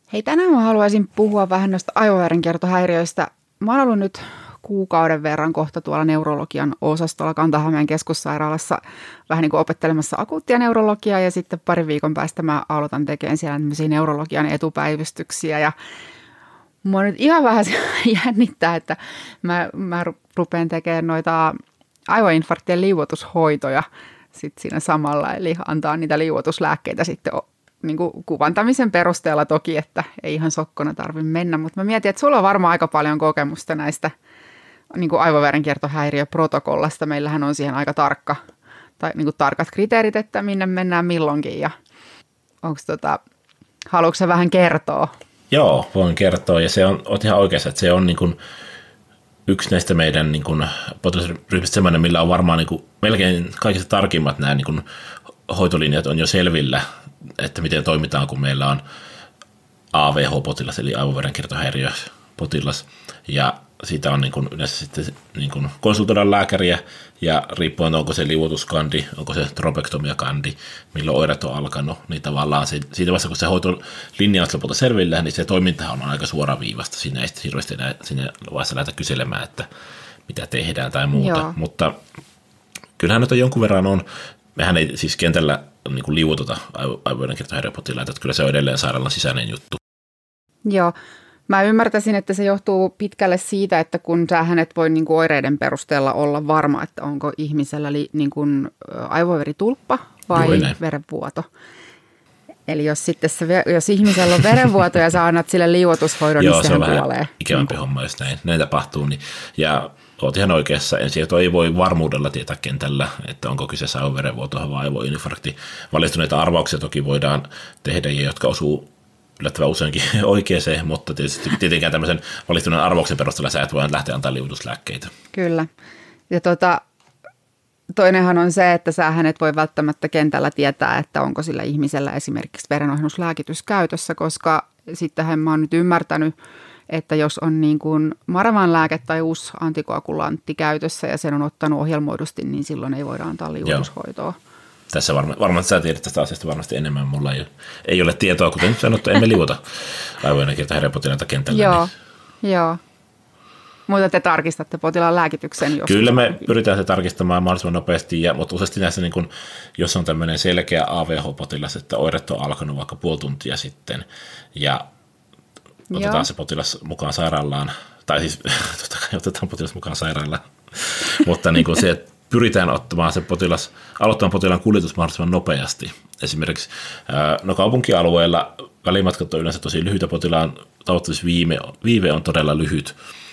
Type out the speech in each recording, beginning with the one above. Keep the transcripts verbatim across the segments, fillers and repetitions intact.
Hei, tänään mä haluaisin puhua vähän noista aivoverenkiertohäiriöistä. Mä oon ollut nyt kuukauden verran kohta tuolla neurologian osastolla Kanta-Hämeen keskussairaalassa vähän niin kuin opettelemassa akuuttia neurologiaa ja sitten parin viikon päästä mä aloitan tekemään siellä tämmöisiä neurologian etupäivystyksiä ja mua nyt ihan vähän jännittää, että mä, mä rupean tekemään noita aivoinfarktien liuotushoitoja sitten siinä samalla, eli antaa niitä liuotuslääkkeitä sitten niin kuin kuvantamisen perusteella toki, että ei ihan sokkona tarvitse mennä, mutta mä mietin, että sulla on varmaan aika paljon kokemusta näistä niin kuin aivoverenkiertohäiriöprotokollasta. Meillähän on siihen aika tarkka, tai niin kuin tarkat kriteerit, että minne mennään milloinkin. Ja onko tota, haluatko sä vähän kertoa? Joo, voin kertoa, ja se on, oot ihan oikeassa, että se on niin kuin yksi näistä meidän niin kuin potilasryhmistä sellainen, millä on varmaan niin kuin melkein kaikista tarkimmat nämä niin kuin hoitolinjat on jo selvillä, että miten toimitaan, kun meillä on A V H-potilas, eli aivoverenkiertohäiriöpotilas, ja siitä on niin kuin yleensä sitten niin kuin konsultoidaan lääkäriä, ja riippuen onko se liuotuskandi, onko se trombektomiakandi, milloin oireet on alkanut, niin tavallaan se, siitä vasta kun se hoitolinja on lopulta selvillä, niin se toiminta on aika suoraviivasta, siinä ei sitten hirveästi enää sinne vaiheessa lähdetä kyselemään, että mitä tehdään tai muuta, Joo. mutta kyllähän nyt on jonkun verran on. Mehän ei siis kentällä niin kuin liuoteta aivoverenkiertohäiriöpotilaita, että kyllä se on edelleen sairaalan sisäinen juttu. Joo, mä ymmärtäisin, että se johtuu pitkälle siitä, että kun sähän et voi niin kuin oireiden perusteella olla varma, että onko ihmisellä li, niin kuin aivoveritulppa vai Joo, verenvuoto. Eli jos, sitten se, jos ihmisellä on verenvuoto ja sä annat sille liuotushoidon, Joo, niin sehän kuolee. Joo, se on vähän ikävämpi niin homma, jos näin, näin tapahtuu. Niin, ja olet ihan oikeassa. Ensihoito ei voi varmuudella tietää kentällä, että onko kyseessä aivoverenvuoto vai aivoinfarkti. Valistuneita arvauksia toki voidaan tehdä, jotka osuu yllättävän useinkin oikeeseen, mutta tietysti tietenkään tämmöisen valistuneen arvauksen perusteella sä et voi lähteä antaa liuotuslääkkeitä. Kyllä. Ja tota, toinenhan on se, että sähän et voi välttämättä kentällä tietää, että onko sillä ihmisellä esimerkiksi verenohennuslääkitys käytössä, koska sittenhän mä oon nyt ymmärtänyt, että jos on niin kuin maravan lääke tai uusi antikoagulantti käytössä ja sen on ottanut ohjelmoidusti, niin silloin ei voida antaa liuotushoitoa. Joo. Tässä varma, varmaan sä tiedät tästä asiasta varmasti enemmän. Mulla ei, ei ole tietoa, kuten sanottu, emme liuota aivoverenkiertohäiriöpotilaita kentällä. Joo, niin. Joo. Mutta te tarkistatte potilaan lääkityksen joskus. Kyllä me pyritään se tarkistamaan mahdollisimman nopeasti, ja, mutta useasti näissä, niin kun, jos on tämmöinen selkeä A V H-potilas, että oireet on alkanut vaikka puoli tuntia sitten, ja otetaan Joo. se potilas mukaan sairaalaan, tai siis totta kai otetaan potilas mukaan sairaalaan, mutta niin kuin se, että pyritään ottamaan se potilas, aloittamaan potilaan kuljetus mahdollisimman nopeasti. Esimerkiksi no kaupunkialueella välimatkat on yleensä tosi lyhyitä, potilaan tavoitteellisesti viive, viive on todella lyhyt,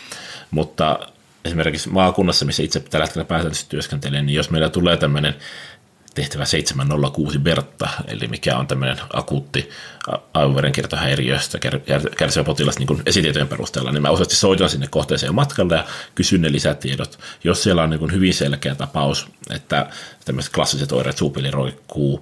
mutta esimerkiksi maakunnassa, missä itse tällä hetkellä pääsääntöisesti työskentelen, niin jos meillä tulee tämmöinen tehtävä seitsemän nolla kuusi Bertta, eli mikä on tämmöinen akuutti aivoverenkiertohäiriöstä kärsivä potilas niin kuin esitietojen perusteella, niin mä useasti soitan sinne kohteeseen matkalle ja kysyn ne lisätiedot. Jos siellä on niin kuin hyvin selkeä tapaus, että tämmöiset klassiset oireet, suupeli roikkuu,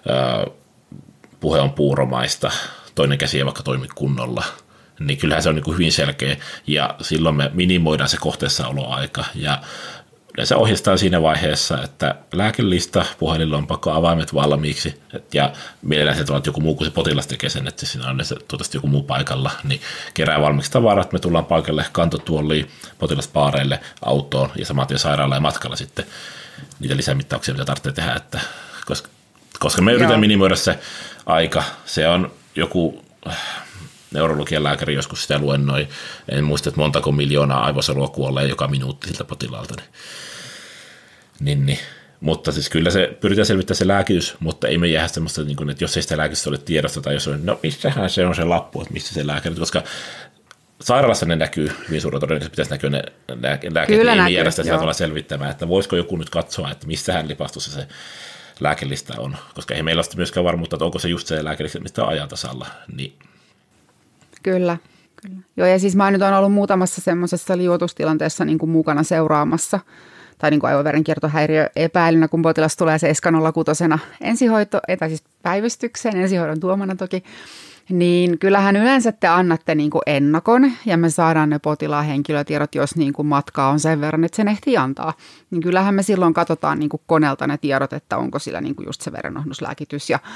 puhe on puuromaista, toinen käsi ei vaikka toimi kunnolla, niin kyllähän se on niin kuin hyvin selkeä, ja silloin me minimoidaan se kohteessa oloaika, ja se ohjeistaa siinä vaiheessa, että lääkelista, puhelilla on pakko avaimet valmiiksi, et, ja mielellään se tulee, että joku muu kuin se potilas tekee sen, että siinä on tuotavasti joku muu paikalla, niin kerää valmiiksi tavarat, me tullaan paikalle kantotuoliin, potilaspaareille, autoon ja saman tien sairaalaan ja matkalla sitten niitä lisämittauksia, mitä tarvitsee tehdä, että, koska, koska me yritetään minimoida se aika, se on joku neurologian lääkäri joskus sitä luennoi, en muista, että montako miljoonaa aivosolua kuolee joka minuutti siltä potilaalta. Niin, niin, niin. Mutta siis kyllä se pyritään selvittämään se lääkitys, mutta ei me jää semmoista, että jos ei sitä lääkitystä ole tiedosta tai jos on, no missähän se on se lappu, että missä se lääkäri, koska sairaalassa ne näkyy, hyvin suurin todennäköisesti pitäisi näkyä ne lääkkeet, niin ei jäädä sitä tavalla selvittämään, että voisiko joku nyt katsoa, että missähän lipastossa se lääkelista on, koska ei meillä ole myöskään varmuutta, että onko se just se lääkelista, mistä on ajan tasalla, niin Kyllä, kyllä. Joo, ja siis mä nyt olen ollut muutamassa semmoisessa liuotustilanteessa niin kuin mukana seuraamassa, tai niin kuin aivoverenkiertohäiriö epäilynä, kun potilas tulee seitsemän nolla kuusi ensihoito, tai siis päivystykseen, ensihoidon tuomana toki, niin kyllähän yleensä te annatte niin kuin ennakon, ja me saadaan ne potilaan henkilötiedot, jos niin kuin matkaa on sen verran, että sen ehtii antaa. Niin kyllähän me silloin katsotaan niin kuin koneelta ne tiedot, että onko sillä niin kuin just se verenohduslääkitys, ja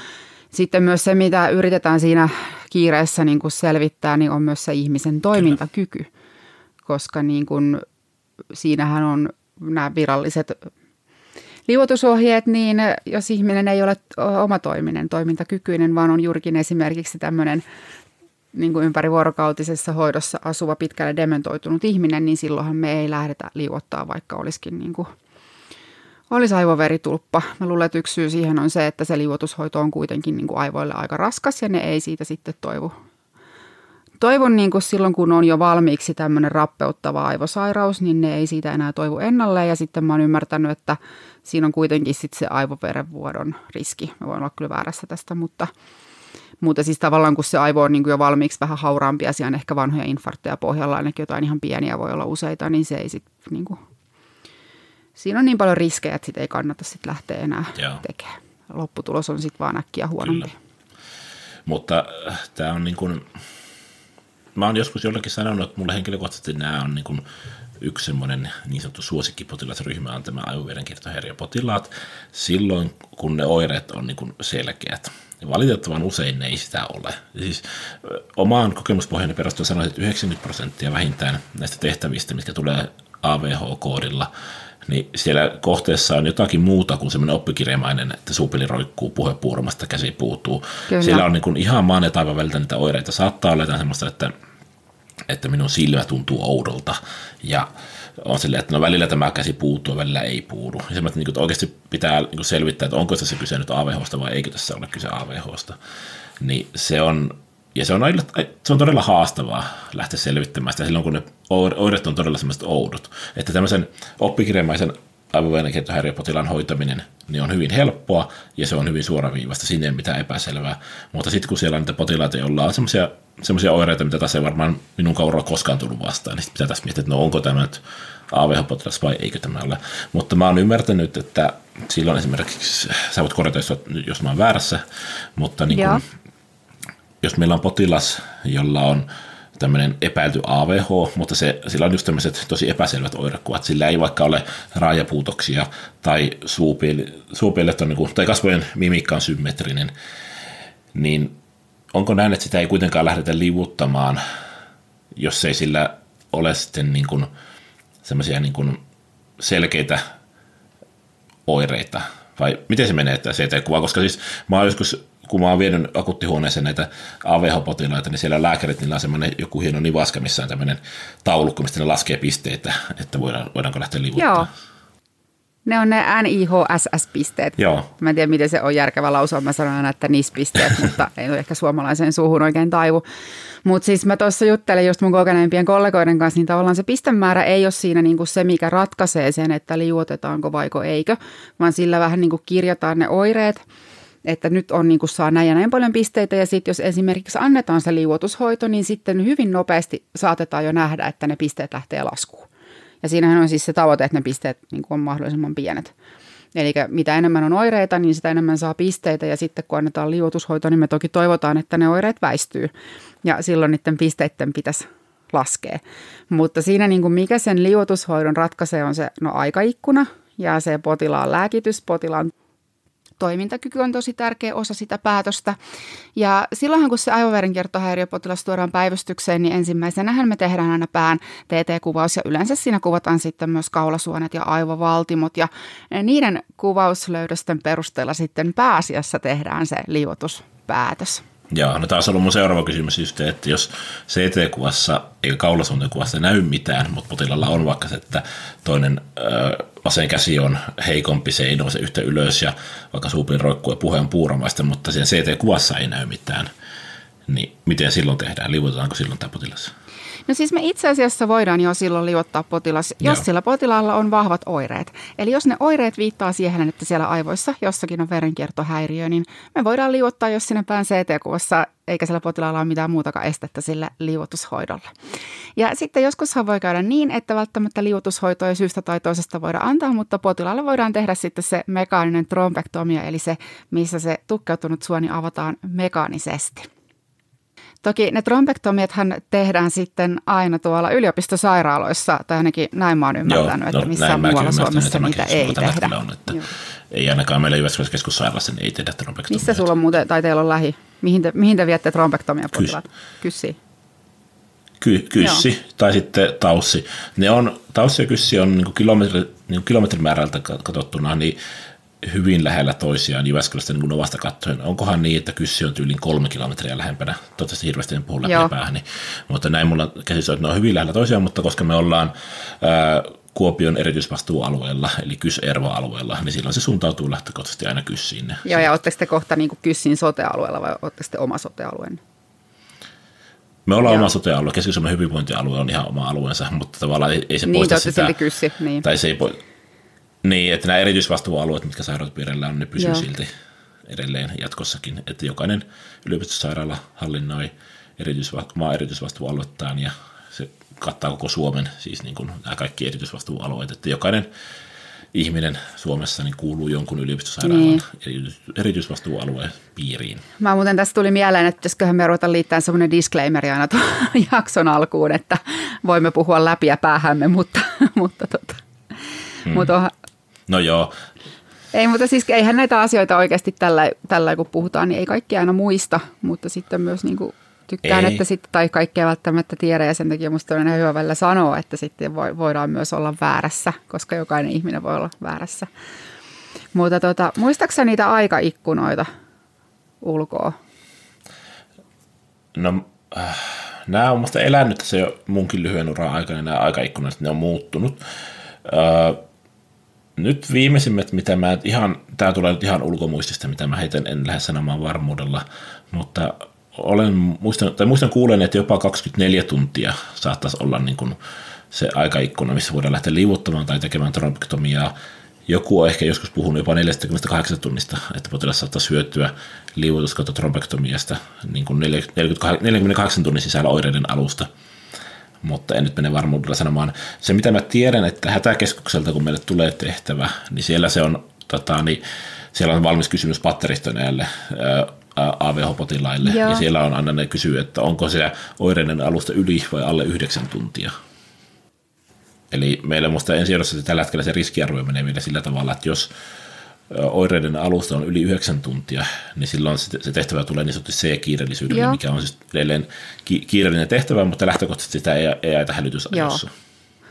sitten myös se, mitä yritetään siinä kiireessä niin kuin selvittää, niin on myös se ihmisen toimintakyky, Kyllä. koska niin kuin siinähän on nämä viralliset liuotusohjeet, niin jos ihminen ei ole omatoiminen, toimintakykyinen, vaan on juurikin esimerkiksi tämmöinen niin kuin ympärivuorokautisessa hoidossa asuva pitkälle dementoitunut ihminen, niin silloinhan me ei lähdetä liuottaa, vaikka olisikin niin kuin, olisi aivoveritulppa. Mä luulen, että yksi syy siihen on se, että se liuotushoito on kuitenkin niin kuin aivoille aika raskas ja ne ei siitä sitten toivu. Toivon niin kuin silloin, kun on jo valmiiksi tämmöinen rappeuttava aivosairaus, niin ne ei siitä enää toivu ennalleen. Ja sitten mä oon ymmärtänyt, että siinä on kuitenkin sitten se aivoverenvuodon riski. Mä voin olla kyllä väärässä tästä, mutta, mutta siis tavallaan kun se aivo on niin kuin jo valmiiksi vähän hauraampi ja siellä on ehkä vanhoja infarkteja pohjalla, ainakin jotain ihan pieniä voi olla useita, niin se ei sitten niin kuin, siinä on niin paljon riskejä, että sitä ei kannata sitten lähteä enää Joo. tekemään. Lopputulos on sitten vaan äkkiä huonompi. Kyllä. Mutta tämä on niin kuin... Mä oon joskus jollekin sanonut, että mulle henkilökohtaisesti nämä on niin kuin yksi semmoinen niin sanottu suosikkipotilasryhmä on tämä aivoverenkiertohäiriöpotilaat silloin, kun ne oireet on niin kuin selkeät. Ja valitettavan usein ne ei sitä ole. Ja siis omaan kokemuspohjani perustuen sanoisin, että yhdeksänkymmentä prosenttia vähintään näistä tehtävistä, mitkä tulee A V H-koodilla, niin siellä kohteessa on jotakin muuta kuin semmoinen oppikirjamainen, että suupeli roikkuu, puhe puuromasta, käsi puutuu. Kyllä. Siellä on niin kuin ihan maan ja taivaan välillä niitä oireita. Saattaa olla jotain semmoista, että, että minun silmä tuntuu oudolta ja on silleen, että no välillä tämä käsi puuttuu ja välillä ei puudu. Ja semmoinen, että oikeasti pitää selvittää, että onko tässä kyse nyt A V H:sta vai eikö tässä ole kyse A V H:sta. Niin se on... Ja se on, se on todella haastavaa lähteä selvittämään sitä silloin, kun ne oireet on todella semmoiset oudot. Että tämmöisen oppikirjamaisen aivoverenkiertohäiriöpotilaan hoitaminen niin on hyvin helppoa ja se on hyvin suoraviivasta, siinä ei mitään epäselvää. Mutta sitten kun siellä on niitä potilaita, joilla on semmoisia, semmoisia oireita, mitä tässä ei varmaan minun kaudella koskaan tullut vastaan, niin sitten pitää tässä miettiä, että no onko tämä nyt A V H-potilas vai eikö tämä ole. Mutta mä oon ymmärtänyt, että silloin esimerkiksi, sä voit korjata, jos mä oon väärässä, mutta niin kuin, jos meillä on potilas, jolla on tämmöinen epäilty A V H, mutta se, sillä on just tämmöiset tosi epäselvät oirekuvat. Sillä ei vaikka ole raajapuutoksia tai suupielet on niin kuin, tai kasvojen mimikka on symmetrinen, niin onko näin, että sitä ei kuitenkaan lähdetä liuuttamaan, jos ei sillä ole sitten niin kuin semmoisia niin kuin selkeitä oireita? Vai miten se menee, että C T-kuva? Koska siis mä oon joskus, kun mä oon vienyt akuuttihuoneeseen näitä A V H-potilaita, niin siellä lääkärit, niillä on semmoinen joku hieno nivaska, missä on tämmöinen taulukko, mistä ne laskee pisteitä, että voidaan, voidaanko lähteä liuuttaa. Joo. Ne on ne N I H S S-pisteet. Joo. Mä en tiedä, miten se on järkevä lausua. Mä sanon aina, että N I S-pisteet, mutta ei ole ehkä suomalaiseen suuhun oikein taivu. Mutta siis mä tuossa juttelin just mun kokeneempien kollegoiden kanssa, niin tavallaan se pistemäärä ei ole siinä niinku se, mikä ratkaisee sen, että liuotetaanko vaiko eikö, vaan sillä vähän niinku kirjataan ne oireet, että nyt on niinku saa näin ja näin paljon pisteitä ja sitten jos esimerkiksi annetaan se liuotushoito, niin sitten hyvin nopeasti saatetaan jo nähdä, että ne pisteet lähtee laskuun. Ja siinähän on siis se tavoite, että ne pisteet niin kuin on mahdollisimman pienet. Eli mitä enemmän on oireita, niin sitä enemmän saa pisteitä. Ja sitten kun annetaan liuotushoito, niin me toki toivotaan, että ne oireet väistyy. Ja silloin niiden pisteiden pitäisi laskea. Mutta siinä niin kuin mikä sen liuotushoidon ratkaisee on se no, aikaikkuna ja se potilaan lääkitys, potilaan toimintakyky on tosi tärkeä osa sitä päätöstä. Ja silloinhan, kun se aivoverenkiertohäiriöpotilas tuodaan päivystykseen, niin ensimmäisenähän me tehdään aina pään T T-kuvaus ja yleensä siinä kuvataan sitten myös kaulasuonet ja aivovaltimot ja niiden kuvauslöydösten perusteella sitten pääasiassa tehdään se liuotuspäätös. Joo, no taas on ollut mun seuraava kysymys just, että jos C T-kuvassa eikä kaulasuonten kuvassa näy mitään, mutta potilaalla on vaikka se, että toinen ö, vasen käsi on heikompi, se ei nouse yhtä ylös ja vaikka suupeli roikkuu ja puhe on puuromaista, mutta siinä C T-kuvassa ei näy mitään, niin miten silloin tehdään? Liuotetaanko silloin tämä potilas? No siis me itse asiassa voidaan jo silloin liuottaa potilas, jos Joo. sillä potilaalla on vahvat oireet. Eli jos ne oireet viittaa siihen, että siellä aivoissa jossakin on verenkiertohäiriö, niin me voidaan liuottaa, jos sinne pään C T-kuvassa eikä sillä potilaalla ole mitään muutakaan estettä sille liuotushoidolle. Ja sitten joskushan voi käydä niin, että välttämättä liuotushoitoa ei syystä tai toisesta voida antaa, mutta potilaalle voidaan tehdä sitten se mekaaninen trombektomia, eli se, missä se tukkeutunut suoni avataan mekaanisesti. Toki ne trombektomiathan tehdään sitten aina tuolla yliopistosairaaloissa, tai ainakin näin mä oon ymmärtänyt, Joo, että no, missään muualla Suomessa niitä ei tehdä. On, että ei ainakaan meillä Jyväskylässä keskussairaalassa niin ei tehdä trombektomiaa. Missä sulla on muuten, tai teillä on lähi? Mihin te, mihin te viette trombektomia-potilaat? Kyssiin. Ky, kyssi Joo. tai sitten taussi. Ne on, taussi ja kyssi on niin kilometri, niin kilometrimäärältä katsottuna niin hyvin lähellä toisiaan Jyväskylästä niin Novasta katsoen. Onkohan niin, että kyssi on tyyliin kolme kilometriä lähempänä? Toivottavasti hirveästi en puhu läpi päähän. Mutta näin mulla käsissä on, että ne on hyvin lähellä toisiaan, mutta koska me ollaan ää, Kuopion erityisvastuualueella, eli Kys-Erva-alueella, niin silloin se suuntautuu lähtökohtaisesti aina Kyssiin. Joo, ja oletteko te kohta niin kuin Kyssin sote-alueella vai oletteko te oma sote-alueen? Me ollaan Joo. oma sote-alue, Keski-Suomen hyvinvointialue on ihan oma alueensa, mutta tavallaan ei, ei se niin, poista sitä. Kyssi, niin, tai se ei po- niin, että nämä erityisvastuualueet, mitkä sairaanhoitopiireillä on, ne pysyy Joo. silti edelleen jatkossakin, että jokainen yliopistosairaala hallinnoi erityisva- maa erityisvastuualuettaan ja se kattaa koko Suomen, siis niin kuin nämä kaikki erityisvastuualueet, että jokainen ihminen Suomessa niin kuuluu jonkun yliopistosairaalan niin. erityisvastuualueen piiriin. Mä muuten tässä tuli mieleen, että pitäisiköhän me ruveta liittämään semmoinen disclaimer aina tuon jakson alkuun, että voimme puhua läpi ja päähämme, mutta, mutta, tota, hmm. mutta onhan, no joo. Ei, mutta siis eihän näitä asioita oikeasti tällä, tällä kun puhutaan, niin ei kaikki aina muista, mutta sitten myös niin kuin tykkään, ei. että sitten, tai kaikkea välttämättä tiedä, ja sen takia musta on ihan hyvä välillä sanoa, että sitten voidaan myös olla väärässä, koska jokainen ihminen voi olla väärässä. Mutta tota, muistaaksä niitä aikaikkunoita ulkoa? No, äh, nämä on musta elänyt tässä jo munkin lyhyen uran aikana, nämä aikaikkunat, ne on muuttunut. Äh, nyt viimeisimmät, mitä mä ihan, tää tulee nyt ihan ulkomuistista, mitä mä heitän, en lähde sanomaan varmuudella, mutta olen muistan, tai muistan kuulen, että jopa kaksikymmentäneljä tuntia saattaisi olla niin kuin se aikaikkuna, missä voidaan lähteä liuottamaan tai tekemään trombektomiaa. Joku on ehkä joskus puhunut jopa neljäkymmentäkahdeksan tunnista, että potilas saattaa hyötyä liuotus- kautta trombektomiasta niin kuin neljäkymmentäkahdeksan tunnin sisällä oireiden alusta. Mutta en nyt mene varmuudella sanomaan. Se, mitä mä tiedän, että hätäkeskukselta, kun meille tulee tehtävä, niin siellä se on, tota, niin siellä on valmis kysymys patterista näille A V H-potilaille, Joo. ja siellä on aina ne kysyy, että onko se oireiden alusta yli vai alle yhdeksän tuntia. Eli meillä musta ensijohdossa tällä hetkellä se riskiarvio menee meille sillä tavalla, että jos oireiden alusta on yli yhdeksän tuntia, niin silloin se tehtävä tulee niin sanotusti C-kiireellisyydelle, Joo. mikä on siis edelleen kiireellinen tehtävä, mutta lähtökohtaisesti sitä ei, ei ajeta hälytysajossa. Joo.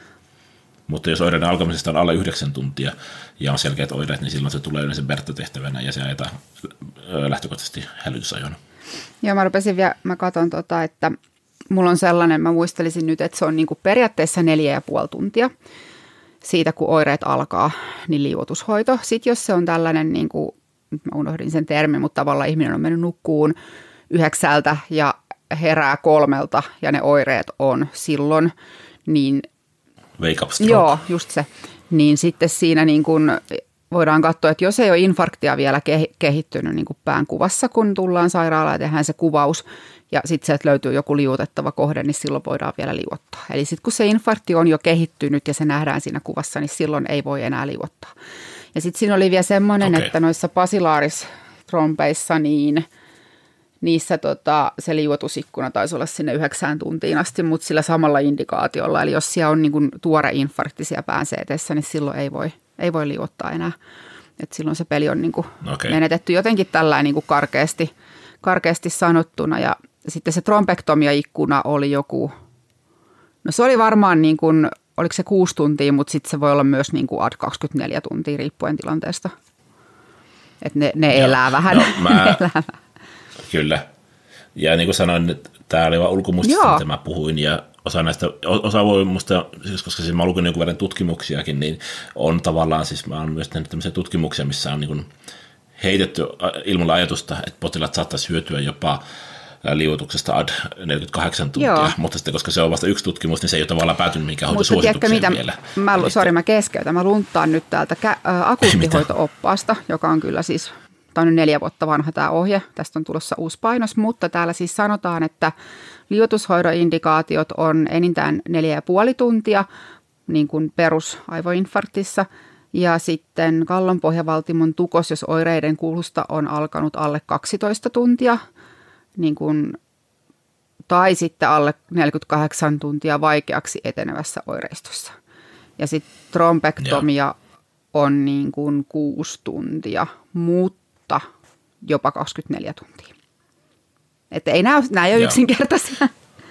Mutta jos oireiden alkamisesta on alle yhdeksän tuntia ja on selkeät oireet, niin silloin se tulee yleensä Bertta-tehtävänä ja se ajetaan lähtökohtaisesti hälytysajona. Joo, mä rupesin vielä, mä katson tota, että mulla on sellainen, mä muistelisin nyt, että se on niinku periaatteessa neljä ja puoli tuntia siitä, kun oireet alkaa, niin liuotushoito. Sitten jos se on tällainen, niin kuin, nyt mä unohdin sen termin, mutta tavallaan ihminen on mennyt nukkuun yhdeksältä ja herää kolmelta ja ne oireet on silloin, niin wake up stroke. Joo, just se. Niin sitten siinä niin kuin voidaan katsoa, että jos ei ole infarktia vielä kehittynyt niin kuin pään kuvassa, kun tullaan sairaalaan ja tehdään se kuvaus, ja sitten sieltä löytyy joku liuotettava kohde, niin silloin voidaan vielä liuottaa. Eli sitten kun se infarkti on jo kehittynyt ja se nähdään siinä kuvassa, niin silloin ei voi enää liuottaa. Ja sitten siinä oli vielä semmoinen, okay. että noissa basilaaris-trompeissa, niin niissä tota, se liuotusikkuna taisi olla sinne yhdeksään tuntiin asti, mutta sillä samalla indikaatiolla. Eli jos siellä on niin kuin tuore infarkti siellä pään seetessä, niin silloin ei voi, ei voi liuottaa enää. Et silloin se peli on niin kuin okay. menetetty jotenkin tällainen niin kuin karkeasti, karkeasti sanottuna. Ja sitten se trombektomia-ikkuna oli joku, no se oli varmaan niin kuin, oliko se kuusi tuntia, mutta sitten se voi olla myös niin kuin ad kaksikymmentäneljä tuntia riippuen tilanteesta. Että ne, ne elää vähän. No, mä... ne elää vähän. Kyllä. Ja niin kuin sanoin, että tämä oli vain ulkomuistista, mitä mä puhuin, ja osa näistä, osa voi musta, koska siis mä lukin jonkun verran tutkimuksiakin, niin on tavallaan, siis mä oon myös tehnyt tämmöisiä tutkimuksia, missä on niin kuin heitetty ilmalla ajatusta, että potilaat saattaisi hyötyä jopa liuotuksesta ad neljäkymmentäkahdeksan tuntia, Joo. mutta sitten koska se on vasta yksi tutkimus, niin se ei ole tavallaan päätynyt mihinkään hoitosuositukseen mitä, vielä. Mä, sori, mä keskeytän. Mä lunttaan nyt täältä kä- ä, akuuttihoito-oppaasta, joka on kyllä siis, tämä on nyt neljä vuotta vanha tämä ohje, tästä on tulossa uusi painos, mutta täällä siis sanotaan, että liuotushoidon indikaatiot on enintään neljä ja puoli tuntia, niin kuin perusaivoinfarktissa, ja sitten kallonpohjavaltimon tukos, jos oireiden kulusta on alkanut alle kaksitoista tuntia, niin kuin tai sitten alle neljäkymmentäkahdeksan tuntia vaikeaksi etenevässä oireistossa. Ja sitten trombektomia Joo. on niin kuin kuusi tuntia, mutta jopa kaksikymmentäneljä tuntia. Että ei nämä, nämä ei ole yksinkertaisia.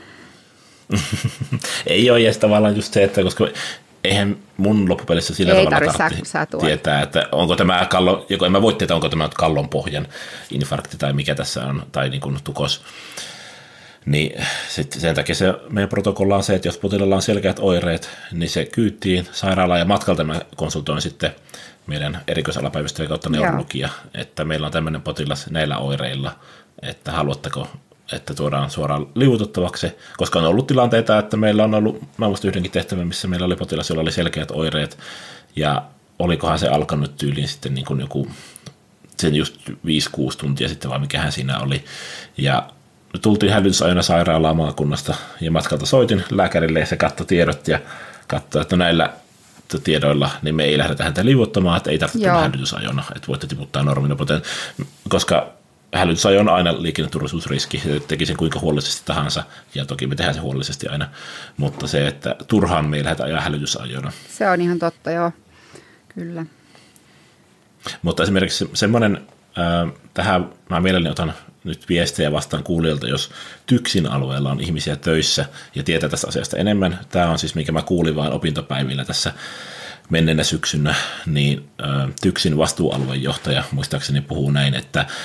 Ei ole, ja tavallaan just se, että koska eihän mun loppupelissä sillä ei tavalla tarvitse tietää, että onko tämä kallon, joko en mä voi tietää, onko tämä kallon pohjan infarkti tai mikä tässä on, tai niin kuin tukos. Niin sitten sen takia se meidän protokolla on se, että jos potilaalla on selkeät oireet, niin se kyyttiin sairaalaan ja matkalta mä konsultoin sitten meidän erikoisalapäivystäjä kautta neurologia, että meillä on tämmöinen potilas näillä oireilla, että haluatteko, että tuodaan suoraan liuututtavaksi, koska on ollut tilanteita, että meillä on ollut maailmasta yhdenkin tehtävä, missä meillä oli potilas, jolla oli selkeät oireet, ja olikohan se alkanut tyyliin sitten niin kuin joku, sen just viisi kuusi tuntia sitten, vai mikähän siinä oli, ja tultiin hälytysajona sairaalaan maakunnasta, ja matkalta soitin lääkärille, ja se katsoi tiedot, ja katsoi, että näillä tiedoilla, niin me ei lähdetä häntä liuottamaan, että ei tarvitse tehdä hälytysajona, että voitte tiputtaa norminopeuden, koska hälytysajo on aina liikenneturvallisuusriski, teki sen kuinka huolellisesti tahansa, ja toki me tehdään se huolellisesti aina, mutta se, että turhaan me ei lähdetä ajaa hälytysajona. Se on ihan totta, joo, kyllä. Mutta esimerkiksi semmoinen, äh, tähän mä mielelläni otan nyt viestejä vastaan kuulijoilta, jos TYKSin alueella on ihmisiä töissä ja tietää tästä asiasta enemmän. Tämä on siis, mikä mä kuulin vain opintopäivillä tässä menneenä syksynä, niin ä, TYKSin vastuualuejohtaja muistaakseni puhuu näin, että ä,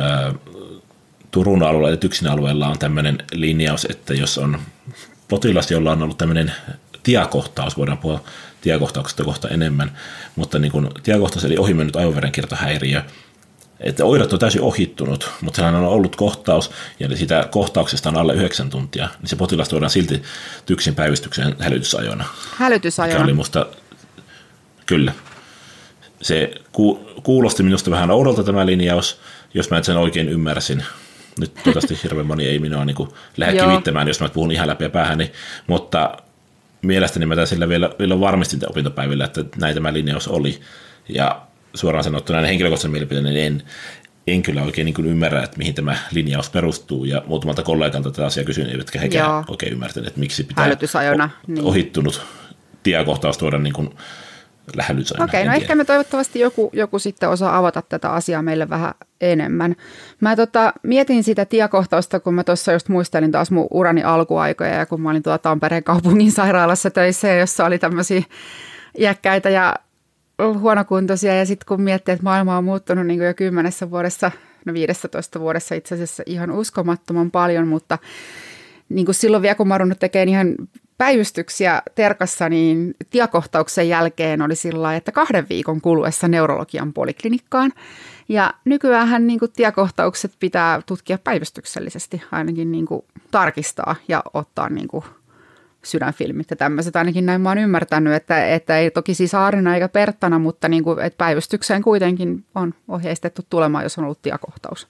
Turun alueella ja TYKSin alueella on tämmöinen linjaus, että jos on potilas, jolla on ollut tämmöinen tiakohtaus, voidaan puhua tiakohtauksesta kohta enemmän, mutta niin kuin tiakohtaus eli ohimennyt aivoverenkiertohäiriö, että oireet on täysin ohittunut, mutta sehän on ollut kohtaus, ja siitä kohtauksesta on alle yhdeksän tuntia, niin se potilas tuodaan silti TYKSin päivystykseen hälytysajona. Hälytysajona? Mikä oli musta, kyllä. Se kuulosti minusta vähän oudolta tämä linjaus, jos mä et sen oikein ymmärsin. Nyt toivottavasti hirveän moni ei minua niin lähde kivittämään, jos mä puhun ihan läpi ja päähäni, mutta mielestäni mä sillä vielä, vielä varmistin opintopäivillä, että näin tämä linjaus oli, ja suoraan sanottuna näin henkilökohtaisen mielipiteen, niin en, en kyllä oikein niin kuin ymmärrä, että mihin tämä linjaus perustuu, ja muutamalta kollegalta tätä asiaa kysyin, eivätkä hekään Joo. oikein ymmärtäneet, että miksi pitää niin. ohittunut tiekohtaus tuoda niin kuin lähälytysajana. Okei, no ehkä me toivottavasti joku, joku sitten osaa avata tätä asiaa meille vähän enemmän. Mä tota, mietin sitä tiekohtausta, kun mä tuossa just muistelin taas mun urani alkuaikoja, ja kun mä olin tuolla Tampereen kaupungin sairaalassa töissä, jossa oli tämmöisiä iäkkäitä ja huonokuntoisia, ja sitten kun miettii, että maailma on muuttunut niin kuin jo kymmenessä vuodessa, no viidessätoista vuodessa itse asiassa ihan uskomattoman paljon, mutta niin kuin silloin vielä kun mä oon tekemään ihan päivystyksiä Terkassa, niin tiekohtauksen jälkeen oli sillä lailla, että kahden viikon kuluessa neurologian poliklinikkaan. Ja nykyäänhän niin kuin tiekohtaukset pitää tutkia päivystyksellisesti, ainakin niin kuin tarkistaa ja ottaa niin kuin sydänfilmit ja tämmöiset. Ainakin näin mä oon ymmärtänyt, että, että ei toki siis Aarina eikä Perttana, mutta niin kuin, että päivystykseen kuitenkin on ohjeistettu tulemaan, jos on ollut tiekohtaus.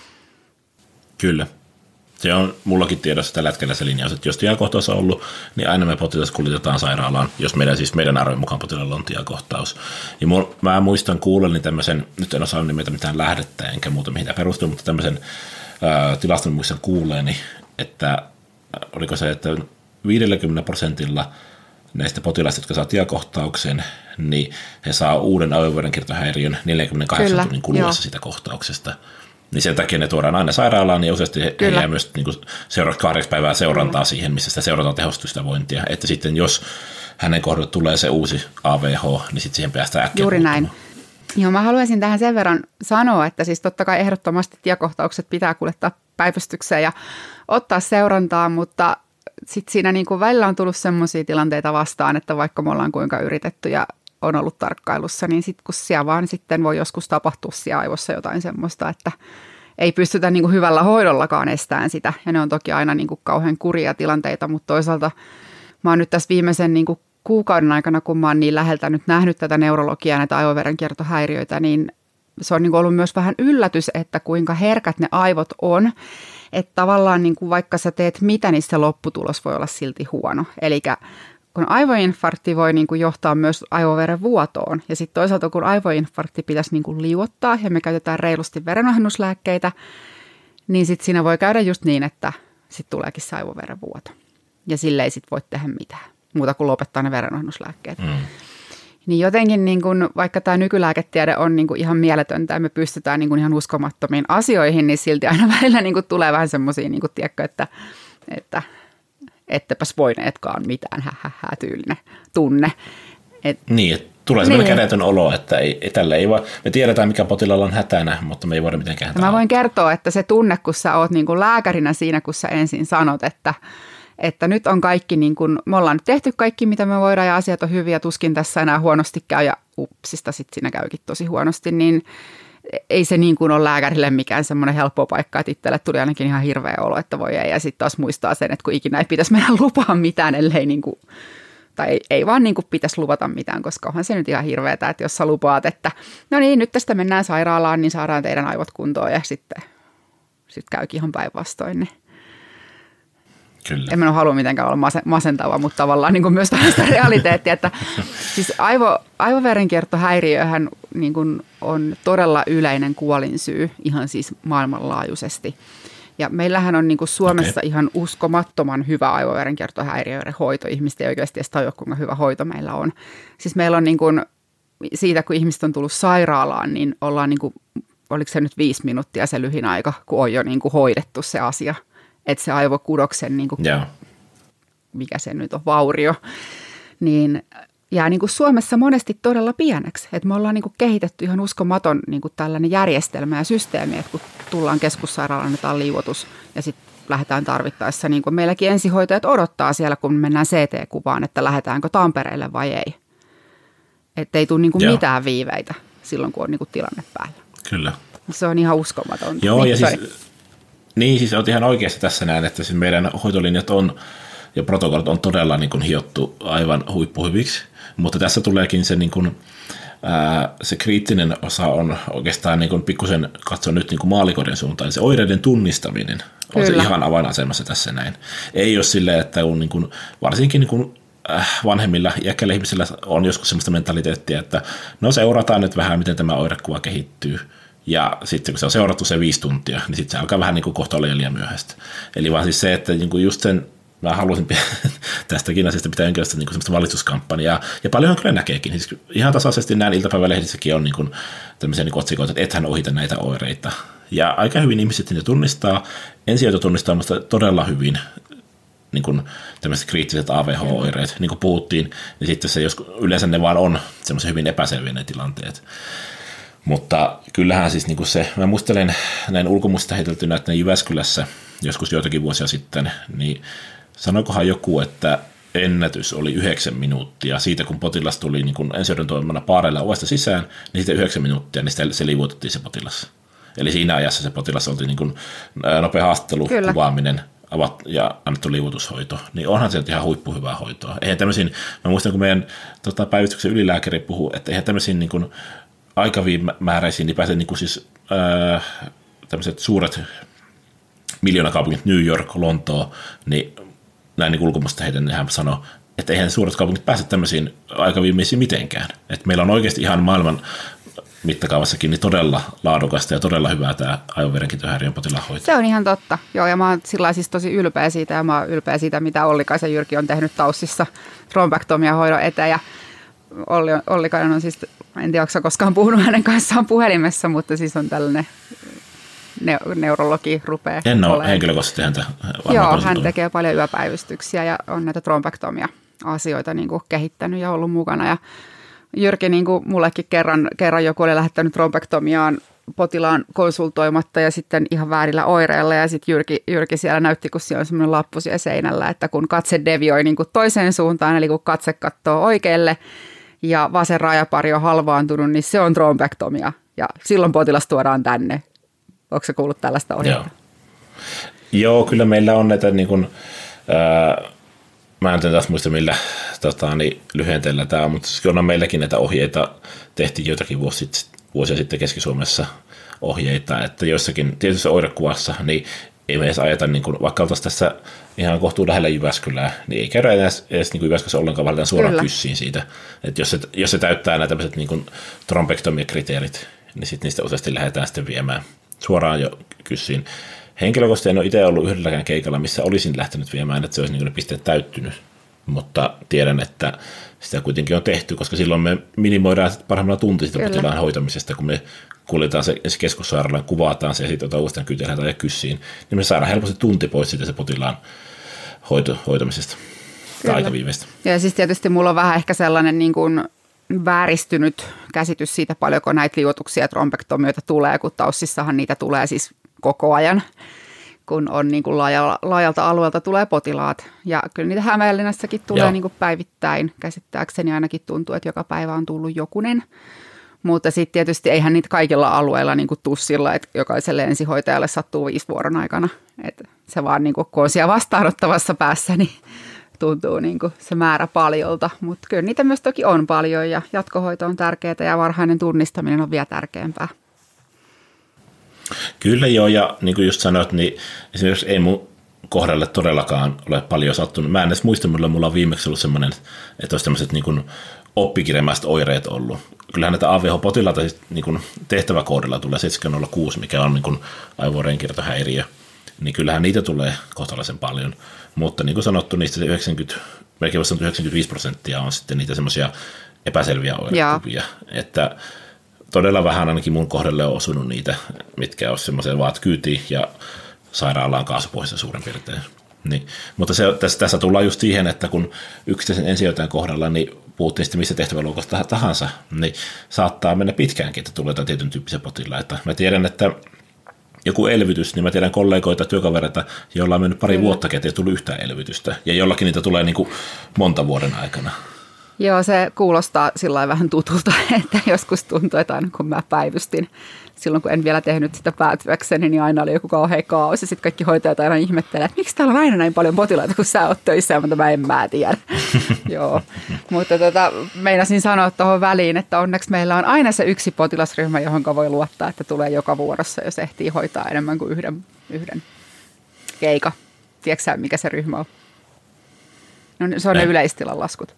Kyllä. Se on mullakin tiedossa tällä hetkellä se linjaus, että jos tiekohtaus on ollut, niin aina me potilas kuljetetaan sairaalaan, jos meidän, siis meidän arvojen mukaan potilaalla on tiekohtaus. Ja mul, mä muistan kuulleni tämmöisen, nyt en osaa nimetä mitään lähdettä enkä muuta mihin tämä perustuu, mutta tämmöisen ää, tilaston muistan kuulleeni, että oliko se, että viidelläkymmenellä prosentilla näistä potilaista, jotka saa tiekohtauksen, niin he saa uuden aivoverenkiertohäiriön neljänkymmenenkahdeksan Kyllä, tunnin kuluessa sitä kohtauksesta. Niin sen takia ne tuodaan aina sairaalaan, ja useasti he Kyllä. jää myös niin seuraavat kahdeksan päivää seurantaa Kyllä. siihen, missä sitä seurataan tehostusta vointia. Että sitten jos hänen kohdalla tulee se uusi A V H, niin sitten siihen päästään äkkiä. Juuri näin. Joo, mä haluaisin tähän sen verran sanoa, että siis totta kai ehdottomasti tiekohtaukset pitää kuljettaa päivystykseen ja ottaa seurantaa, mutta sitten siinä niin kuin välillä on tullut semmoisia tilanteita vastaan, että vaikka me ollaan kuinka yritetty ja on ollut tarkkailussa, niin sitten kun siellä vaan sitten voi joskus tapahtua siellä aivossa jotain semmoista, että ei pystytä niin kuin hyvällä hoidollakaan estämään sitä. Ja ne on toki aina niin kuin kauhean kurjia tilanteita, mutta toisaalta mä oon nyt tässä viimeisen niin kuin kuukauden aikana, kun mä oon niin läheltä nyt nähnyt tätä neurologiaa, näitä aivoverenkiertohäiriöitä, niin se on niin kuin ollut myös vähän yllätys, että kuinka herkät ne aivot on. Että tavallaan niin kuin vaikka sä teet mitä, niin se lopputulos voi olla silti huono. Eli kun aivoinfarkti voi niin kuin johtaa myös aivoveren vuotoon, ja sitten toisaalta kun aivoinfarkti pitäisi niin kuin liuottaa, ja me käytetään reilusti verenohennuslääkkeitä, niin sitten siinä voi käydä just niin, että sitten tuleekin se aivoverenvuoto. Ja sille ei sitten voi tehdä mitään, muuta kuin lopettaa ne verenohennuslääkkeet. Mm. Niin jotenkin, niin kun, vaikka tämä nykylääketiede on niin kun ihan mieletöntä ja me pystytään niin kun ihan uskomattomiin asioihin, niin silti aina välillä niin kun tulee vähän semmoisia, niin tiedätkö, että, että ettepäs voineetkaan mitään hähähää tyylinen tunne. Et, niin, että tulee semmoinen niin. kädetön olo, että ei, ei, tälle ei voi, me tiedetään mikä potilaalla on hätänä, mutta me ei voida mitenkään. Mä voin kertoa, että se tunne, kun sä oot niin kun lääkärinä siinä, kun sä ensin sanot, että että nyt on kaikki, niin kuin, me ollaan nyt tehty kaikki, mitä me voidaan ja asiat on hyviä, tuskin tässä enää huonosti käy ja upsista sitten siinä käykin tosi huonosti, niin ei se niin kuin ole lääkärille mikään semmoinen helppo paikka, että itselle tuli ainakin ihan hirveä olo, että voi ei ja sitten taas muistaa sen, että kun ikinä ei pitäisi mennä lupaa mitään, ellei niin kuin, tai ei, ei vaan niin kuin pitäisi luvata mitään, koska onhan se nyt ihan hirveätä, että jos sä lupaat, että no niin, nyt tästä mennään sairaalaan, niin saadaan teidän aivot kuntoon ja sitten, sitten käykin ihan päinvastoin, niin Kyllä. En mä halua mitenkään olla masentava, mutta tavallaan niin kuin myös tällaista realiteettia, että siis aivo, aivoverenkiertohäiriöhän niin kuin on todella yleinen kuolinsyy ihan siis maailmanlaajuisesti. Ja meillähän on niin kuin Suomessa okay. ihan uskomattoman hyvä aivoverenkiertohäiriöiden hoito. Ihmiset ei oikeasti edes tajua, kuinka hyvä hoito meillä on. Siis meillä on niin kuin, siitä, kun ihmiset on tullut sairaalaan, niin ollaan niin kuin, oliko se nyt viisi minuuttia se lyhin aika, kun on jo niin kuin hoidettu se asia. Että se aivokudoksen, niin kuin, yeah. mikä se nyt on, vaurio, niin jää niin kuin Suomessa monesti todella pieneksi. Että me ollaan niin kuin kehitetty ihan uskomaton niin kuin tällainen järjestelmä ja systeemi, että kun tullaan keskussairaalaan, annetaan liuotus ja sitten lähdetään tarvittaessa. Niin kuin meilläkin ensihoitajat odottaa siellä, kun mennään C T-kuvaan, että lähdetäänkö Tampereelle vai ei. Että ei tule niin kuin yeah. mitään viiveitä silloin, kun on niin kuin tilanne päällä. Kyllä. Se on ihan uskomaton. Joo, ja siis... Niin, siis olet ihan oikeassa tässä näin, että siis meidän hoitolinjat on ja protokollat on todella niin kuin hiottu aivan huippuhyviksi, mutta tässä tuleekin se, niin kuin, ää, se kriittinen osa on oikeastaan niin kuin pikkusen katsoa nyt niin kuin maalikoiden suuntaan, eli se oireiden tunnistaminen on Kyllä. se ihan avainasemassa tässä näin. Ei ole silleen, että on niin kuin, varsinkin niin kuin vanhemmilla iäkkäillä ihmisillä on joskus sellaista mentaliteettia, että no seurataan nyt vähän, miten tämä oirekuva kehittyy. Ja sitten kun se on seurattu se viisi tuntia, niin sitten se alkaa vähän niin kuin kohta olla liian myöhäistä. Eli vaan siis se, että niin kuin just sen, mä haluaisin tästäkin asiasta pitää jonkinlaista niin kuin semmoista valituskampanjaa. Ja paljonhan kyllä näkeekin. Siis ihan tasaisesti näin iltapäivälehdissäkin on niin kuin tämmöisiä niin kuin otsikoita, että ethän ohita näitä oireita. Ja aika hyvin ihmiset niitä tunnistaa. Ensihoito tunnistaa musta todella hyvin niin kuin tämmöiset kriittiset A V H-oireet, niin kuin puhuttiin. Niin sitten se, jos yleensä ne vaan on semmoisia hyvin epäselviä ne tilanteet. Mutta kyllähän siis niin kuin se, mä muistelen näin ulkomuista heiteltynä, että Jyväskylässä joskus joitakin vuosia sitten, niin sanoikohan joku, että ennätys oli yhdeksän minuuttia siitä, kun potilas tuli niin kuin ensihoidon toimena paareilla ovesta sisään, niin sitten yhdeksän minuuttia, niin sitten se liuotettiin se potilas. Eli siinä ajassa se potilas oli niin kuin nopea haastattelu, Kyllä. kuvaaminen ja annettu liuotushoito, niin onhan se ihan huippuhyvää hoitoa. Eihän tämmöisiin, mä muistan, kun meidän tota, päivystyksen ylilääkäri puhuu, että eihän tämmöisiin niin kuin aikavimääräisiin, niin pääsee niin kuin siis ää, tämmöiset suuret miljoonakaupungit, New York, Lontoo, niin näin niin ulkomusta heidän hän sanoi, että eihän suuret kaupungit pääse tämmöisiin aikaviimeisiin mitenkään. Että meillä on oikeasti ihan maailman mittakaavassakin niin todella laadukasta ja todella hyvää tämä aivoverenkiertohäiriön potilaan hoito. Se on ihan totta. Joo, ja mä oon sillä siis tosi ylpeä siitä, ja mä oon ylpeä siitä, mitä Ollikaisen Jyrki on tehnyt Taussissa trombektomian hoidon eteen, ja Olli, Ollikainen on siis, en tiedä, onko koskaan puhunut hänen kanssaan puhelimessa, mutta siis on tällainen ne, neurologi rupeaa En ole henkilökohtaisesti häntä varmaan Joo, hän tekee paljon yöpäivystyksiä ja on näitä trombektomia-asioita niin kuin kehittänyt ja ollut mukana. Ja Jyrki, niin kuin mullekin kerran, kerran joku oli lähettänyt trombektomiaan potilaan konsultoimatta ja sitten ihan väärillä oireilla. Ja sitten Jyrki, Jyrki siellä näytti, kun siellä on semmoinen lappu siellä seinällä, että kun katse devioi niin kuin toiseen suuntaan, eli kun katse katsoo oikealle ja vasen rajapari on halvaantunut, niin se on trombektomia. Ja silloin potilas tuodaan tänne. Onko se kuullut tällaista ohjetta? Joo. Joo, kyllä meillä on näitä, niin kuin, ää, mä en taas muista millä tota, niin lyhenteellä tämä on, mutta on meilläkin näitä ohjeita, tehtiin joitakin vuosia, vuosia sitten Keski-Suomessa ohjeita, että joissakin tietyssä oirekuvassa, niin ei me edes ajeta, niin kuin, vaikka oltaisiin tässä ihan kohtuun lähellä Jyväskylää, niin ei käydä edes, edes niin kuin Jyväskylässä ollenkaan, valitaan suoraan Kyllä. kyssiin siitä, että jos se, jos se täyttää nämä tämmöiset niin kuin trombektomia-kriteerit, niin sitten niistä useasti lähdetään sitten viemään suoraan jo kyssiin. Henkilökohtaisesti en ole itse ollut yhdelläkään keikalla, missä olisin lähtenyt viemään, että se olisi niin kuin ne pisteet täyttynyt. Mutta tiedän, että sitä kuitenkin on tehty, koska silloin me minimoidaan parhaimmalla tunti sitä potilaan hoitamisesta, kun me kuljetaan se, se keskussairaalaan, kuvataan se ja sitten otetaan uudestaan kytelätä ja kyssiin, niin me saadaan helposti tunti pois siitä se potilaan hoito, hoitamisesta tai aikaviiveistä. Ja siis tietysti mulla on vähän ehkä sellainen niin kuin vääristynyt käsitys siitä, paljonko näitä liuotuksia ja trombektomioita tulee, kun Taussissahan niitä tulee siis koko ajan, kun on niin kuin laajalta, laajalta alueelta tulee potilaat. Ja kyllä niitä Hämeenlinnassakin tulee niin kuin päivittäin. Käsittääkseni ainakin tuntuu, että joka päivä on tullut jokunen. Mutta sitten tietysti eihän niitä kaikilla alueilla niin kuin tussilla, että jokaiselle ensihoitajalle sattuu viisi vuoron aikana. Että se vaan niin kuin, kun on siellä vastaanottavassa päässä, niin tuntuu niin kuin se määrä paljolta. Mutta kyllä niitä myös toki on paljon ja jatkohoito on tärkeää ja varhainen tunnistaminen on vielä tärkeämpää. Kyllä joo, ja niin kuin just sanoit, niin esimerkiksi ei mun kohdalle todellakaan ole paljon sattunut. Mä en edes muista, milloin mulla on viimeksi ollut semmoinen, että olisi tämmöiset niin kuin oppikirjamaiset oireet ollut. Kyllähän näitä A V H-potilaita niin kuin tehtäväkoodilla tulee seitsemän nolla kuusi, mikä on niin kuin aivoverenkiertohäiriö, niin kyllähän niitä tulee kohtalaisen paljon. Mutta niin kuin sanottu, niistä se yhdeksänkymmentä, melkein yhdeksänkymmentäviisi prosenttia on sitten niitä semmoisia epäselviä oirekuvia, että todella vähän ainakin mun kohdalle on osunut niitä, mitkä on semmoisia vaat kyytiin ja sairaalaan kaasupohjassa suurin piirtein. Niin. Mutta se, tässä, tässä tullaan just siihen, että kun yksittäisen ensihoitajan kohdalla, niin puhuttiin sitten missä tehtäväluokasta tahansa, niin saattaa mennä pitkäänkin, että tulee jotain tietyn tyyppisiä potilaita. Mä tiedän, että joku elvytys, niin mä tiedän kollegoita, työkavereita, joilla on mennyt pari mm. vuotta, ettei tullut yhtään elvytystä. Ja jollakin niitä tulee niin kuin monta vuoden aikana. Joo, se kuulostaa sillä vähän tutulta, että joskus tuntuu, että aina kun mä päivystin, silloin kun en vielä tehnyt sitä päätyäkseni, niin aina oli joku kauhea kaos. Ja sitten kaikki hoitajat aina ihmettelee, että miksi täällä on aina näin paljon potilaita, kun sä oot töissä, mutta mä en mä tiedä. Joo, mutta tota, meinasin sanoa tuohon väliin, että onneksi meillä on aina se yksi potilasryhmä, johon voi luottaa, että tulee joka vuorossa, jos ehtii hoitaa enemmän kuin yhden, yhden keika. Tiedätkö sä, mikä se ryhmä on? No, se on ne yleistilan laskut.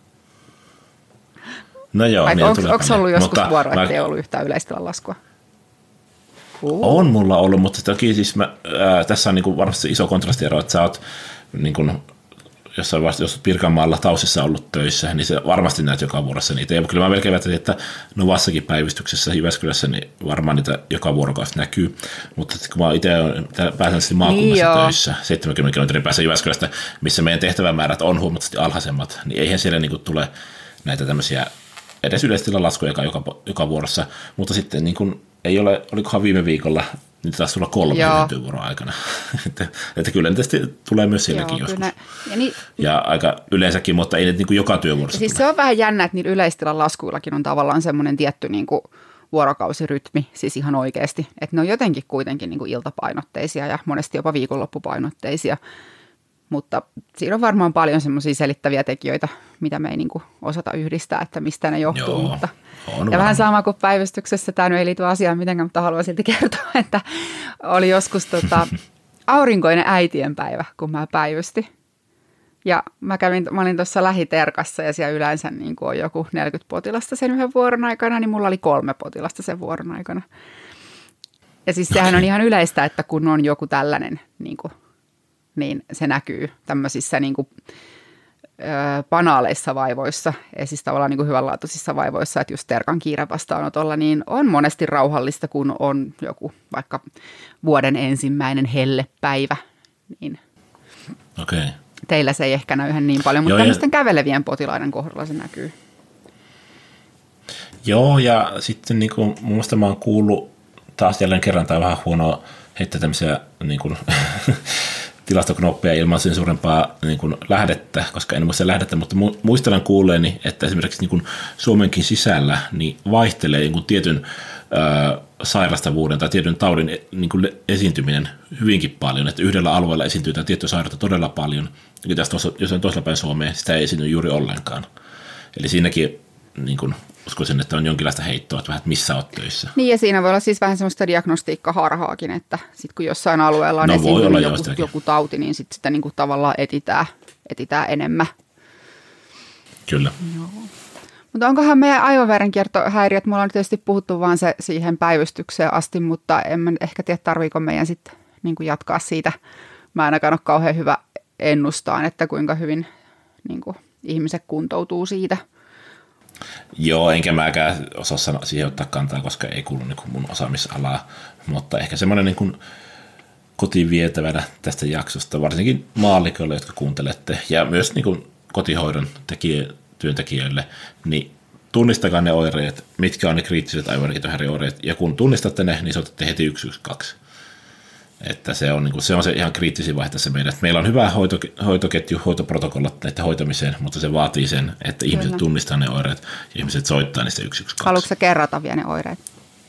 No joo, niin onko ollut joskus mutta vuoro, mä... ettei ollut yhtään yleistilan laskua? Uh. On mulla ollut, mutta toki siis mä, ää, tässä on niinku varmasti iso kontrastiero, että sä oot niinku, jossain vasta, jos Pirkanmaalla Taussissa ollut töissä, niin se varmasti näet joka vuorossa niitä. Ja kyllä mä melkein väittäisin, että Novassakin päivystyksessä Jyväskylässä niin varmaan niitä joka vuorokausi näkyy. Mutta kun mä itse olen pääsääntöisesti maakunnassa niin töissä, seitsemänkymmentä kilometrin päässä Jyväskylästä, missä meidän tehtävämäärät on huomattavasti alhaisemmat, niin eihän siellä niinku tule näitä tämmöisiä edes yleistilan laskuja joka, joka vuorossa, mutta sitten niin kuin ei ole, olikohan viime viikolla, niin taas tulla kolme yhden työvuoron aikana. että, että kyllä ne tietysti tulee myös sielläkin joskus. Ne, ja, niin, ja aika yleensäkin, mutta ei ne niin kuin joka työvuorossa siis tule. Se on vähän jännä, että niillä yleistilan laskuillakin on tavallaan semmoinen tietty niin kuin vuorokausirytmi, siis ihan oikeasti. Että ne on jotenkin kuitenkin niin kuin iltapainotteisia ja monesti jopa viikonloppupainotteisia. Mutta siinä on varmaan paljon semmoisia selittäviä tekijöitä, mitä me ei niin kuin osata yhdistää, että mistä ne johtuu. Joo, mutta on ja varmaan. vähän sama kuin päivystyksessä, tämä nyt ei liity asiaan mitenkään, mutta haluan silti kertoa, että oli joskus tota, aurinkoinen äitienpäivä, kun mä päivystin. Ja mä, kävin, mä olin tuossa lähiterkassa ja siellä yleensä niin kuin on joku neljäkymmentä potilasta sen yhden vuoron aikana, niin mulla oli kolme potilasta sen vuoron aikana. Ja siis sehän on ihan yleistä, että kun on joku tällainen niin kuin niin se näkyy tämmöisissä niin kuin, ö, banaaleissa vaivoissa, ja siis tavallaan niin kuin hyvänlaatuisissa vaivoissa, että just terkan kiire vastaanotolla, niin on monesti rauhallista, kun on joku vaikka vuoden ensimmäinen hellepäivä. Niin okay. Teillä se ei ehkä näy ihan niin paljon, mutta Joo, tämmöisten ja... kävelevien potilaiden kohdalla se näkyy. Joo, ja sitten niin kuin, mun mielestä mä oon kuullut taas jälleen kerran, tai vähän huonoa heittää tämmöisiä niin kuin tilastoknoppia ilman sen suurempaa niin kuin lähdettä, koska en muista lähdettä, mutta muistelen kuulleeni, että esimerkiksi niin kuin Suomenkin sisällä niin vaihtelee niin kuin tietyn ö, sairastavuuden tai tietyn taudin niin kuin esiintyminen hyvinkin paljon, että yhdellä alueella esiintyy tämä tietty sairautta todella paljon, ja tässä jos on toisella päin Suomeen, sitä ei esiinny juuri ollenkaan. Eli siinäkin niin kuin uskoisin, että on jonkinlaista heittoa, että vähän, että missä olet töissä. Niin, ja siinä voi olla siis vähän semmoista diagnostiikkaharhaakin, että sitten kun jossain alueella on no, esiintynyt joku, joku tauti, niin sitten sitä niin kuin tavallaan etitään, etitään enemmän. Kyllä. Joo. Mutta onkohan meidän aivoverenkiertohäiriöt, mulla on tietysti puhuttu vaan se siihen päivystykseen asti, mutta en mä ehkä tiedä, tarviiko meidän sitten niin kuin jatkaa siitä. Mä ainakaan ole kauhean hyvä ennustaan, että kuinka hyvin niin kuin ihmiset kuntoutuu siitä. Joo, enkä mäkään osaa sanoa siihen ottaa kantaa, koska ei kuulu niin kuin mun osaamisalaa, mutta ehkä semmoinen niin kuin kotiin vietävänä tästä jaksosta, varsinkin maallikoille, jotka kuuntelette, ja myös niin kuin kotihoidon tekijä, työntekijöille, niin tunnistakaa ne oireet, mitkä on ne kriittiset aivoverenkiertohäiriöoireet, ja kun tunnistatte ne, niin soitatte heti yksi yksi kaksi. Että se on, niin kuin, se on se ihan kriittisin vaihe tässä meidän. Meillä on hyvä hoito, hoitoketju, hoitoprotokollat näiden hoitamiseen, mutta se vaatii sen, että Kyllä. ihmiset tunnistaa ne oireet ja ihmiset soittaa niistä yksi yksi kaksi. Haluatko sä kerrata vielä ne oireet?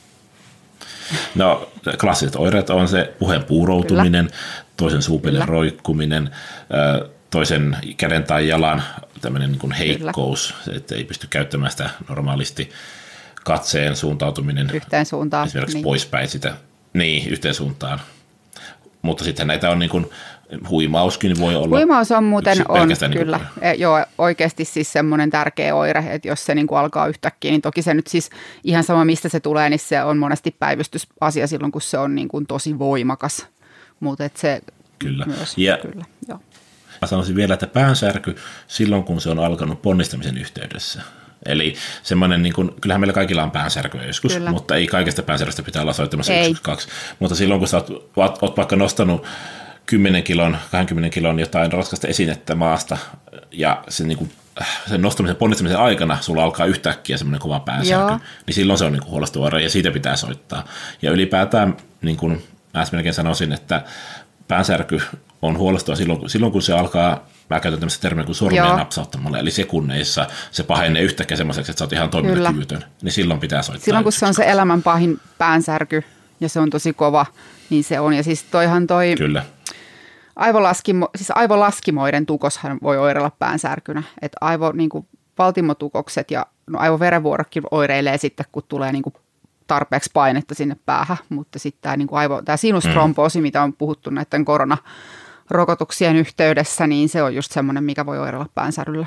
No, klassiset oireet on se puheen puuroutuminen, Kyllä. toisen suupelen roikkuminen, toisen käden tai jalan tämmöinen niin kuin heikkous, että ei pysty käyttämään sitä normaalisti, katseen suuntautuminen yhteen suuntaan, esimerkiksi niin. poispäin sitä, niin yhteen suuntaan. Mutta sitten näitä on niin kuin, huimauskin voi olla. Huimaus on muuten, on niin kyllä, e, joo, oikeasti siis semmoinen tärkeä oire, että jos se niin kuin alkaa yhtäkkiä, niin toki se nyt siis ihan sama mistä se tulee, niin se on monesti päivystysasia silloin, kun se on niin kuin tosi voimakas, mutta että se kyllä. myös, ja kyllä, joo. Mä sanoisin vielä, että päänsärky silloin, kun se on alkanut ponnistamisen yhteydessä. Eli semmoinen, niin kuin, kyllähän meillä kaikilla on päänsärkyä joskus, Kyllä. mutta ei kaikesta päänsärkystä pitää olla soittamassa yksi yksi kaksi. Mutta silloin, kun sä oot, oot, oot vaikka nostanut kymmenen kilon, kaksikymmentä kilon jotain raskasta esinettä maasta, ja sen, niin kuin, sen nostamisen ponnistamisen aikana sulla alkaa yhtäkkiä semmoinen kova päänsärky, Joo. niin silloin se on niin kuin huolestava oire, ja siitä pitää soittaa. Ja ylipäätään, niin kuin mä melkein sanoisin, että päänsärky on huolestava silloin, silloin kun se alkaa, mä käytän tämmöistä termiä kuin sormien napsauttamalla, eli sekunneissa se pahenee yhtäkkiä semmoiseksi, että sä oot ihan toimintakyvytön, niin silloin pitää soittaa. Silloin kun se on se elämän pahin päänsärky ja se on tosi kova, niin se on. Ja siis toihan toi Kyllä. Aivolaskimo, siis aivolaskimoiden tukoshan voi oireilla päänsärkynä, että aivo, niin kuin valtimotukokset ja no, aivoverenvuorokin oireilee sitten, kun tulee niin kuin tarpeeksi painetta sinne päähän, mutta sitten tämä, niin kuin aivo, tämä sinustromboosi, mm. mitä on puhuttu näiden koronarokotuksien yhteydessä, niin se on just semmoinen, mikä voi oireilla päänsäryllä.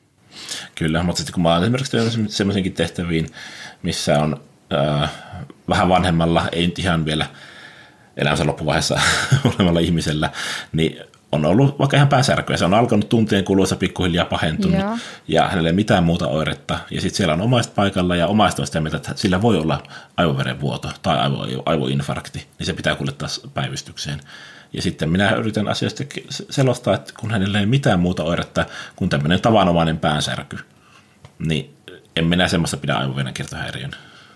Kyllä, mutta sitten kun mä olen esimerkiksi semmoisenkin tehtäviin, missä on äh, vähän vanhemmalla, ei nyt ihan vielä elämänsä loppuvaiheessa olevalla ihmisellä, niin on ollut vaikka ihan päänsärkyä. Se on alkanut tuntien kuluessa pikkuhiljaa pahentunut Joo. ja hänellä ei mitään muuta oiretta. Ja sitten siellä on omaiset paikalla ja omaiset on sitä mieltä, että sillä voi olla aivoverenvuoto tai aivo, aivoinfarkti, niin se pitää kuljettaa päivystykseen. Ja sitten minä yritän asioista selostaa, että kun hänellä ei mitään muuta oiretta kuin tämmöinen tavanomainen päänsärky, niin en minä semmoista pidä aivoverenkiertohäiriön.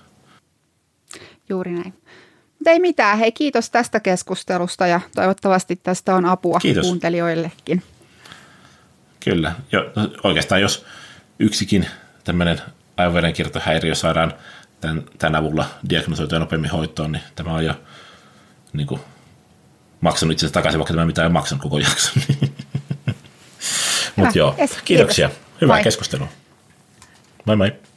Juuri näin. Ei mitään. Hei, kiitos tästä keskustelusta ja toivottavasti tästä on apua kiitos. Kuuntelijoillekin. Kyllä. Jo, oikeastaan jos yksikin tämmöinen aivoverenkiertohäiriö saadaan tämän, tämän avulla diagnosoitua nopeammin hoitoon, niin tämä on jo niin kuin, maksanut itse asiassa takaisin, vaikka tämä mitään ei maksanut koko jakson. Mutta joo, es, kiitoksia. Kiitos. Hyvää Moi. keskustelua. Moi moi.